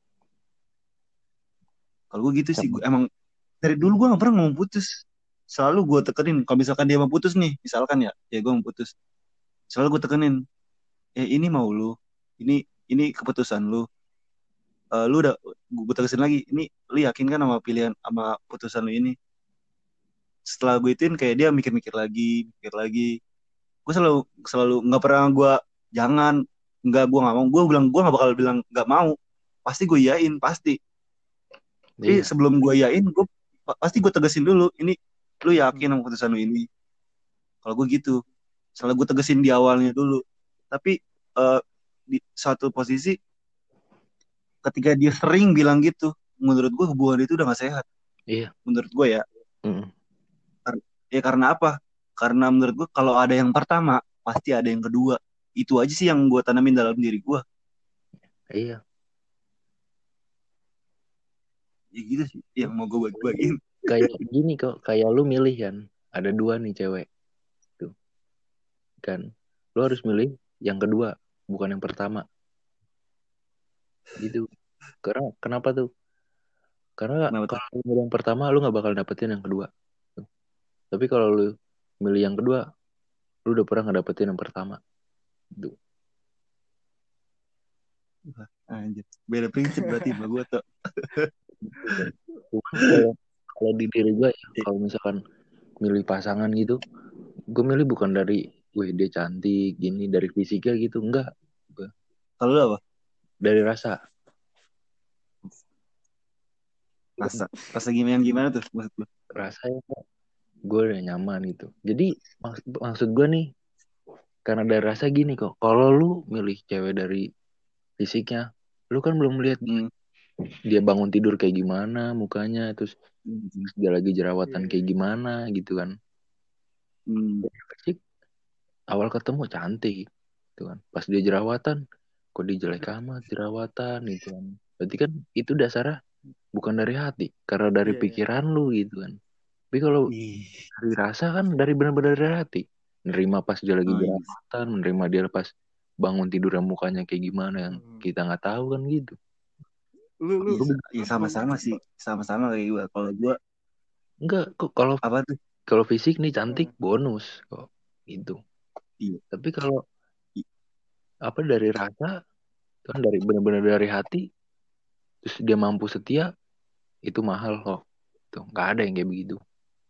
Kalau gue gitu sih, Sama. gue emang dari dulu gue nggak pernah ngomong putus. Selalu gue tekenin kalau misalkan dia mau putus nih, misalkan ya, ya gue mau putus. Selalu gue tekenin, eh ini mau lu, ini ini keputusan lu. Eh, lu udah gue tekesin lagi, ini lu yakin kan sama pilihan sama putusan lu ini? Setelah gue ituin kayak dia mikir-mikir lagi, mikir lagi. Gue selalu selalu nggak pernah gue jangan nggak gue nggak mau, gue bilang gue nggak bakal bilang nggak mau, pasti gue yain pasti. Tapi Iya. sebelum gue yain, gue pasti gue tegesin dulu, ini lu yakin Hmm. sama keputusan lu ini? Kalau gue gitu, selalu gue tegesin di awalnya dulu. Tapi uh, di satu posisi, ketika dia sering bilang gitu, menurut gue hubungan itu udah gak sehat. Iya. Menurut gue ya. Hmm. Ya karena apa? Karena menurut gue kalau ada yang pertama, pasti ada yang kedua. Itu aja sih yang gue tanamin dalam diri gue. Iya. Ya gitu sih yang mau gue bagi-bagiin. Kayak gini kok, kayak lu milih kan, ada dua nih cewek tuh kan, lu harus milih yang kedua, bukan yang pertama gitu. Karena kenapa tuh? Karena Kenapa tuh? kalau lu milih yang pertama lu nggak bakal dapetin yang kedua tuh. Tapi kalau lu milih yang kedua, lu udah pernah ngedapetin yang pertama tuh. Anjir. Beda prinsip berarti sama gue tuh. Kalau kalau di diri gue ya, kalau misalkan milih pasangan gitu, gue milih bukan dari wih dia cantik gini dari fisiknya gitu, enggak. Kalau lu apa? Dari rasa. Rasa rasa gimana gimana tuh maksud lu? Rasanya gue udah nyaman gitu. Jadi maks- maksud gue nih, karena dari rasa gini kok, kalau lu milih cewek dari fisiknya, lu kan belum lihat Hmm. dia bangun tidur kayak gimana mukanya, terus Hmm. dia lagi jerawatan Iya. kayak gimana gitu kan. Hmm. Dari fisik awal ketemu cantik gitu kan, pas dia jerawatan kok dia jelek amat jerawatan gitu kan. Berarti kan itu dasarnya bukan dari hati, karena dari Iya, iya. pikiran lu gitu kan. Tapi kalau Ih. dari rasa kan dari benar-benar dari hati, menerima pas dia lagi Oh, iya. jerawatan, menerima dia pas bangun tidur mukanya kayak gimana yang Hmm. kita nggak tahu kan gitu. Lu lu Iya, Lu sa- iya, sama-sama sih, sama-sama kayak gue. Kalau gue enggak kok, kalau apa tuh? kalau fisik nih cantik Hmm. bonus kok gitu. Iya. Tapi kalau I- apa dari rasa kan dari benar-benar dari hati, terus dia mampu setia, itu mahal kok. Tuh nggak ada yang kayak begitu.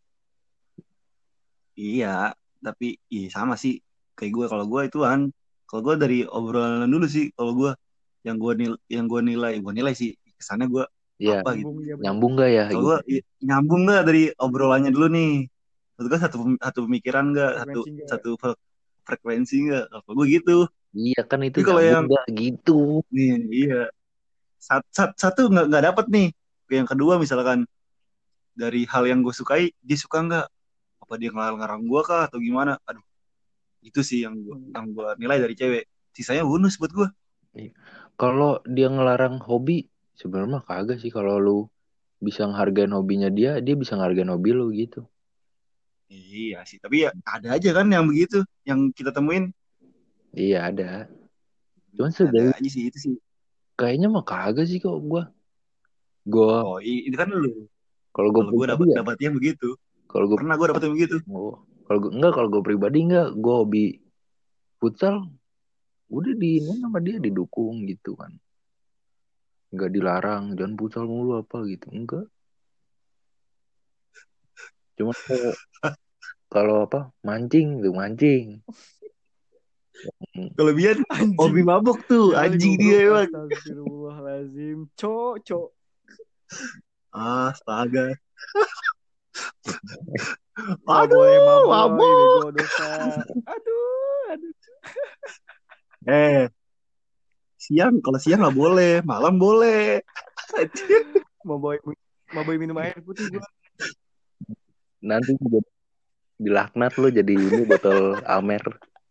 Iya, tapi iya sama sih kayak gue. Kalau gue itu kan, kalau gue dari obrolan dulu sih. Kalau gue yang gue nilai, yang gue nilai, gue nilai sih kesannya gue Ya apa gitu. Nyambung ya benar. nyambung nggak ya Kalau gitu. gue i- nyambung nggak dari obrolannya dulu nih. Maksud gue satu pem- satu pemikiran nggak, satu Frekuensi enggak? satu fre- frekuensi nggak. Kalau gue gitu. Iya kan itu Tapi kalau nyambung yang nggak gitu. nih, iya sat, sat, satu nggak nggak dapet nih. Yang kedua misalkan dari hal yang gue sukai, dia suka nggak? Apa dia ngelarang-ngarang gue kah atau gimana? Aduh, itu sih yang gue Hmm. yang gue nilai dari cewek. Sisanya bonus buat gue. Iya. Kalau dia ngelarang hobi, sebenarnya mah kagak sih. Kalau lu bisa ngehargain hobinya dia, dia bisa ngehargain hobi lu gitu. Iya sih, tapi ya ada aja kan yang begitu, yang kita temuin. Iya ada. Cuman Ada sejauh aja sih itu sih. kayaknya mah kagak sih kok gua. Gua Oh, i- itu kan lu. kalau gue Kalau gue pribadi dapat ya, dapatnya begitu. kalau gue Pernah gue dapet yang begitu. oh, kalau gue enggak, kalau gue pribadi enggak, gue hobi futsal, udah di ini sama dia didukung gitu kan. Enggak dilarang, jangan futsal mulu apa gitu. Enggak. Cuma kalau kalau apa? Mancing tuh, mancing. Hmm. Kelebihan hobi Anjing. mabok tuh, Kali anjing goblok. dia emang. Astagfirullahaladzim. Cok, cok. Astaga. Gak Aduh, boleh maboy, mabok. bego dosa. Aduh, aduh. Eh, siang kalau siang nggak boleh, malam boleh. Maboy, maboy minum air putih gua. Nanti juga dilaknat lo jadi ini botol Amer.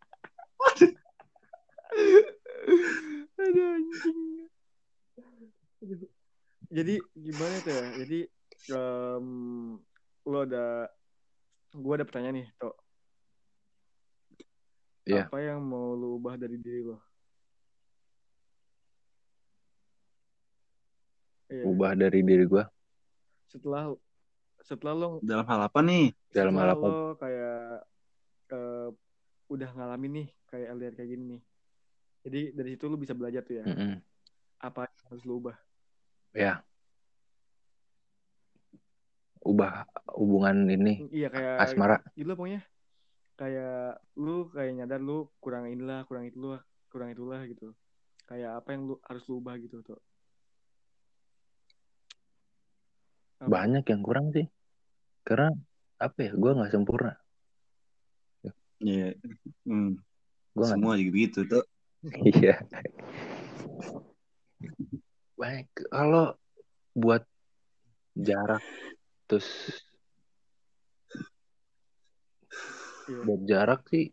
Aduh anjing. Aduh. Jadi gimana tuh ya? Jadi um, lo ada, gue ada pertanyaan nih, Tok. Iya. Apa yang mau lo ubah dari diri lo? Iya. Ubah dari diri gue. Setelah setelah lo Dalam hal apa nih? Dalam setelah hal apa? lo kayak uh, udah ngalamin nih kayak L D R kayak gini nih. Jadi dari situ lo bisa belajar tuh ya. Mm-mm. Apa yang harus lo ubah? Ya. Ubah hubungan ini. Iya kayak Asmara. gitu pokoknya. Kayak lu kayak nyadar lu kurang inilah, kurang itulah, kurang itulah gitu. Kayak apa yang lu harus lu ubah gitu tuh. Apa? Banyak yang kurang sih. Karena apa ya? Gue nggak sempurna. Iya. Hmm. Gua Semua juga begitu tuh. Iya. Baik. Kalau buat jarak terus Iya. buat jarak sih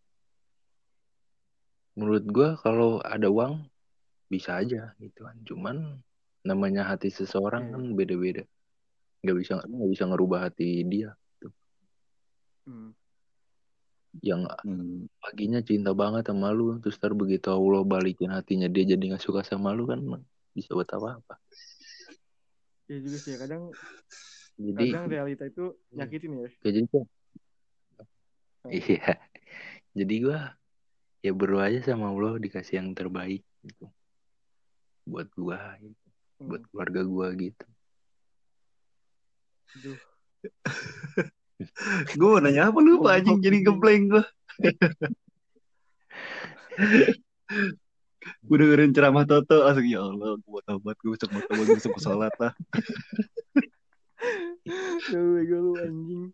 menurut gue kalau ada uang bisa aja gitu kan. Cuman namanya hati seseorang Iya. kan beda-beda. Nggak bisa nggak bisa ngerubah hati dia. Gitu. Hmm. Hmm. Yang paginya cinta banget sama lu, terus ntar begitu Allah balikin hatinya dia jadi nggak suka sama lu kan bisa buat apa-apa. Iya juga sih kadang Jadi kadang realita itu nyakitin ya. kayak jadi tuh. Iya. Jadi gue ya berdoa aja sama Allah dikasih yang terbaik gitu. Buat gue gitu. Hmm. Buat keluarga gue gitu. Aduh. Gue mau nanya apa lupa anjing, jadi ngeblank gue. Gue dengerin ceramah Toto, langsung ya Allah, gue mau tobat, gue besok mau tobat, gue besok mau sholat lah. Lu bego lu anjing.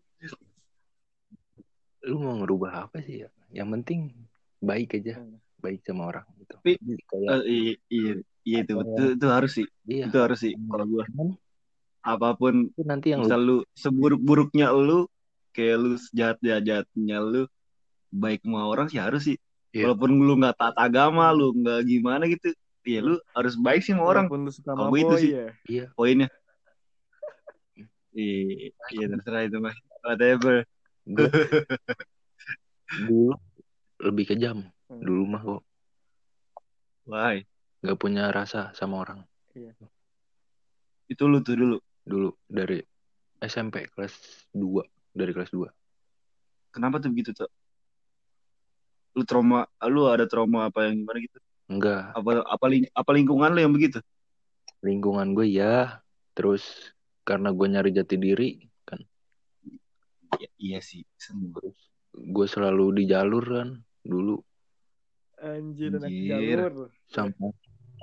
Lu mau ngerubah apa sih ya? Yang penting baik aja, Hmm. baik sama orang gitu. Tapi Jadi kayak eh, iya, iya, iya itu, Apa itu, itu harus sih, iya, itu harus sih. Kalau gue cuman apapun, itu nanti yang lu misal lu seburuk-buruknya lu, kayak lu sejahat-jahatnya lu, baik sama orang sih harus sih. Iya. Walaupun lu nggak taat agama, lu nggak gimana gitu, ya lu harus baik sih sama orang. Walaupun lu suka Kalau gue itu maboi sih ya. Iya. poinnya. Iya, iya terserah itu mah. Whatever. Gue dulu lebih kejam. Hmm. Dulu mah kok Why? nggak punya rasa sama orang. Iya. Itu lu tuh dulu. Dulu dari S M P kelas dua, dari kelas dua. Kenapa tuh begitu tuh? Lu trauma, lu ada trauma apa yang gimana gitu? Enggak, Apa apa, ling, apa lingkungan lu yang begitu? lingkungan gue ya. Terus karena gue nyari jati diri kan. Ya, iya sih, semua. Terus gue selalu di jalur kan dulu. Anjir, anak Anjir. jalur. Sampai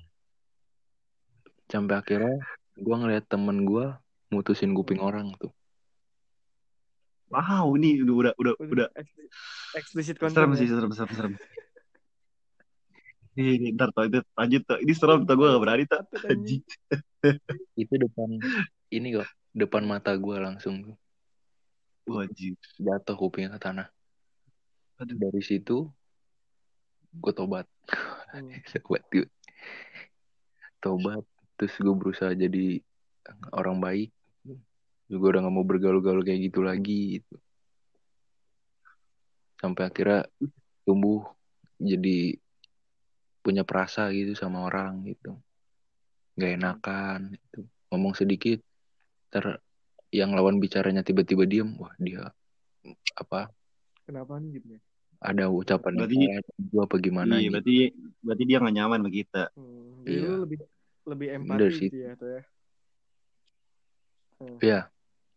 sampai akhirnya gue ngeliat temen gue mutusin kuping orang tuh. Wow, ini udah udah udah, Udah, udah. eks- eksplisit serem konten sih, ya. serem serem serem. Ini ntar tau itu lanjut tuh. Ini serem tuh, gue gak berani tuh. Takut anjing. Itu depan ini kok, depan mata gue langsung Wajib. jatuh kupingnya ke tanah. Aduh. Dari situ gue tobat. Hmm. Tobat gue. Tobat. Terus gue berusaha jadi orang baik. Juga udah gak mau bergaul-gaul kayak gitu lagi gitu. Sampai akhirnya tumbuh jadi punya perasa gitu sama orang gitu. Gak enakan gitu. Ngomong sedikit ter yang lawan bicaranya tiba-tiba diem, wah dia apa Kenapa nih gitu ya? ada ucapan yang Berarti- salah gue apa gimana Iya, gitu. berarti berarti dia gak nyaman sama kita. Hmm. Jadi Iya. lu lebih lebih Dari empati situ. gitu ya, tuh ya. Hmm. Ya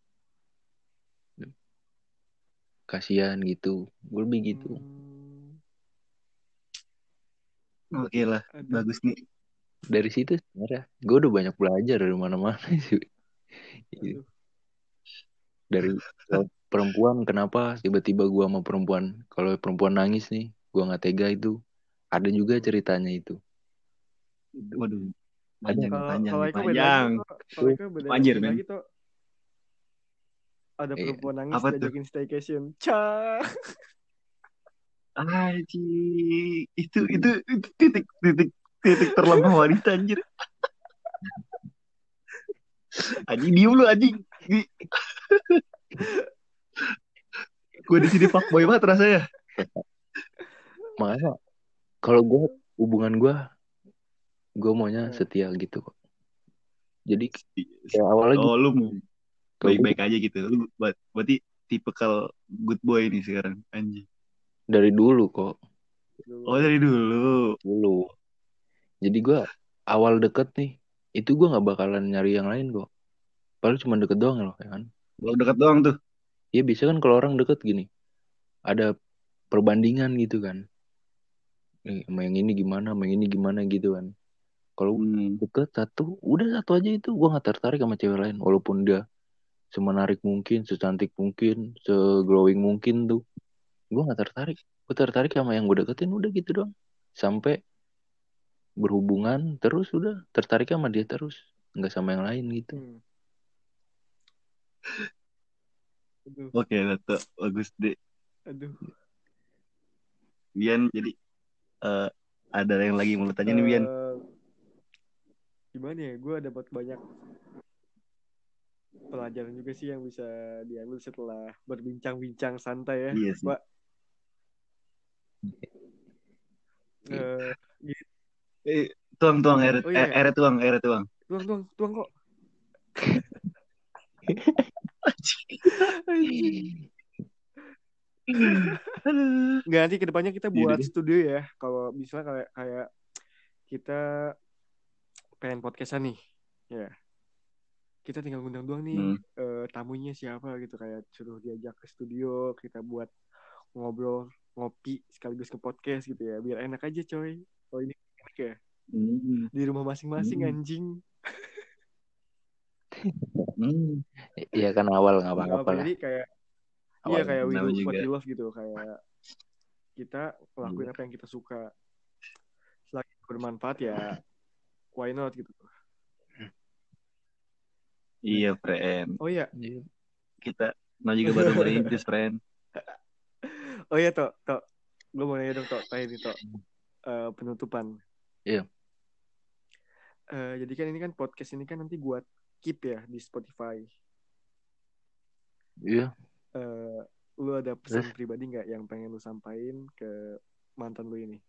kasihan gitu, gue lebih gitu. Hmm. Oke lah, Aduh. bagus nih. Dari situ sebenarnya gue udah banyak belajar dari mana-mana sih. Aduh. Dari perempuan, kenapa tiba-tiba gue sama perempuan, kalau perempuan nangis nih gue nggak tega, itu ada juga ceritanya itu. Waduh, panjang Kalau panjang kalau nih, Eko beda panjang. lagi, Kok. Kalau Eko beda Anjir, beda men. lagi tuh. Ada Iya. perempuan nangis Apa tuh? diajakin staycation. Cah. Aji, itu itu itu titik titik titik terlemah wanita anjir. Anjing diem lu anjing. Gue di sini fuckboy banget rasanya. Makanya kalau gue hubungan gue gue maunya Hmm. setia gitu kok. Jadi kayak awalnya Oh, gitu. lu mau baik-baik aja gitu. Lu ber- berarti tipikal good boy nih sekarang anjing. Dari dulu kok. Oh, dari dulu. Dulu. Jadi gue awal deket nih, itu gue nggak bakalan nyari yang lain kok. Padahal cuma deket doang loh, ya kan? Baru dekat doang tuh. Ya bisa kan kalau orang deket gini, ada perbandingan gitu kan. Eh, sama yang ini gimana, sama yang ini gimana gitu kan. Kalau Hmm. deket satu, udah satu aja itu, gue nggak tertarik sama cewek lain, walaupun dia semenarik mungkin, secantik mungkin, seglowing mungkin tuh, gue nggak tertarik. Gue tertarik sama yang gue deketin, udah gitu doang. Sampai berhubungan terus, udah tertarik sama dia terus, nggak sama yang lain gitu. Hmm. Aduh. Oke, Tato. Bagus deh. Aduh. Bian, jadi eh, ada yang lagi mau lu tanya nih, Bian? Eh, gimana ya? Gue dapat banyak pelajaran juga sih yang bisa diambil setelah berbincang-bincang santai ya, Iya sih. Pak. Eh, gitu. Eh, tuang tuang air, Oh, iya. eh, air tuang, air tuang. Tuang, tuang, tuang kok. Nggak, nanti kedepannya kita buat Jadi. studio ya. Kalau misalnya kayak kayak kita pengen podcastan nih, ya. Kita tinggal ngundang doang nih Hmm. eh, uh, tamunya siapa gitu, kayak suruh diajak ke studio kita buat ngobrol ngopi sekaligus ke podcast gitu ya, biar enak aja coy. Oh ini enak ya Hmm. di rumah masing-masing Hmm. anjing. Hmm. Iya kan awal nggak Nggak apa-apa apa-apa, lah. jadi kayak Awal iya kayak we Nama do what juga. we love gitu, kayak kita ngelakuin Iya. apa yang kita suka, selagi bermanfaat ya why not gitu. Iya, friend. Oh iya, Iya. Kita nah juga baru merintis, friend. oh iya Tok, Tok, gue mau nanya dong Tok, tanya nih Tok, uh, penutupan. Iya. Uh, jadi kan ini kan podcast ini kan nanti buat keep ya di Spotify. Iya. Uh, lu ada pesan Terus? pribadi nggak yang pengen lu sampaikan ke mantan lu ini?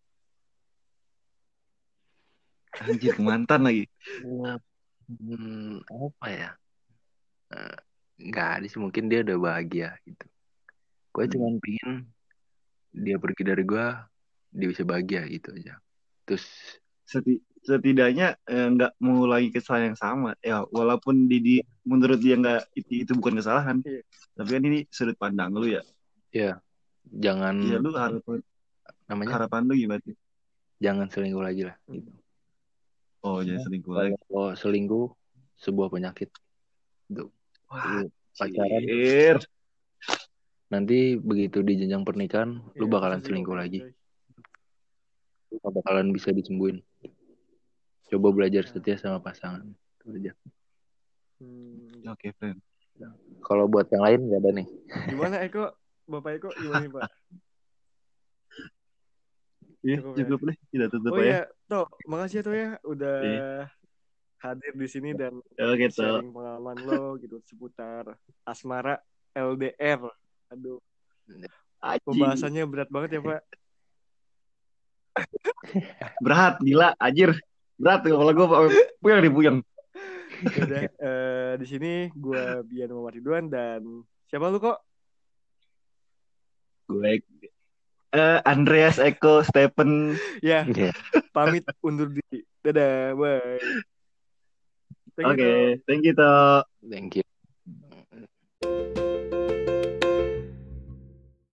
Anjir, mantan lagi. Hmm, apa ya? Uh, nggak ada sih, mungkin dia udah bahagia gitu. Gue Hmm. cuma pingin dia pergi dari gue, dia bisa bahagia gitu aja. Terus Seti- setidaknya eh, nggak mengulangi kesalahan yang sama ya, walaupun di, di menurut dia nggak itu, itu bukan kesalahan. Iya. Tapi kan ini sudut pandang lu ya. ya jangan Iya, lu harapan namanya harapan lu gimana sih? jangan selingkuh lagi lah gitu. Oh, jangan selingkuh lagi. Kalau selingkuh sebuah penyakit gitu. Wah, Lu pacaran Cir. nanti begitu di jenjang pernikahan lu Iya, bakalan susah sih selingkuh ngomongnya, lagi. coy. Lu gak bakalan bisa disembuhin. Coba belajar setia sama pasangan. Itu aja. Hmm, Oke, friend. Kalau buat yang lain gak ada nih. gimana Eko? Bapak Eko gimana nih Pak? Iya, Cukup ya? cukup deh. Kita tutup Oh aja. iya, Tok, makasih ya Tok ya udah Iya. hadir di sini dan Oke, Tok. sharing pengalaman lo gitu seputar asmara L D R. Aduh, Anjing. pembahasannya berat banget ya Pak. Berat, gila, anjir. Berat kepala gue puyeng nih, puyeng. Udah, eh, di sini gue Bian Muhammad Ridwan dan siapa lu kok? Gue uh, Andreas Eko Stephen. Ya, Iya. pamit undur diri. Dadah, bye. Thank you, Oke, Tok. thank you, Tok. Thank you.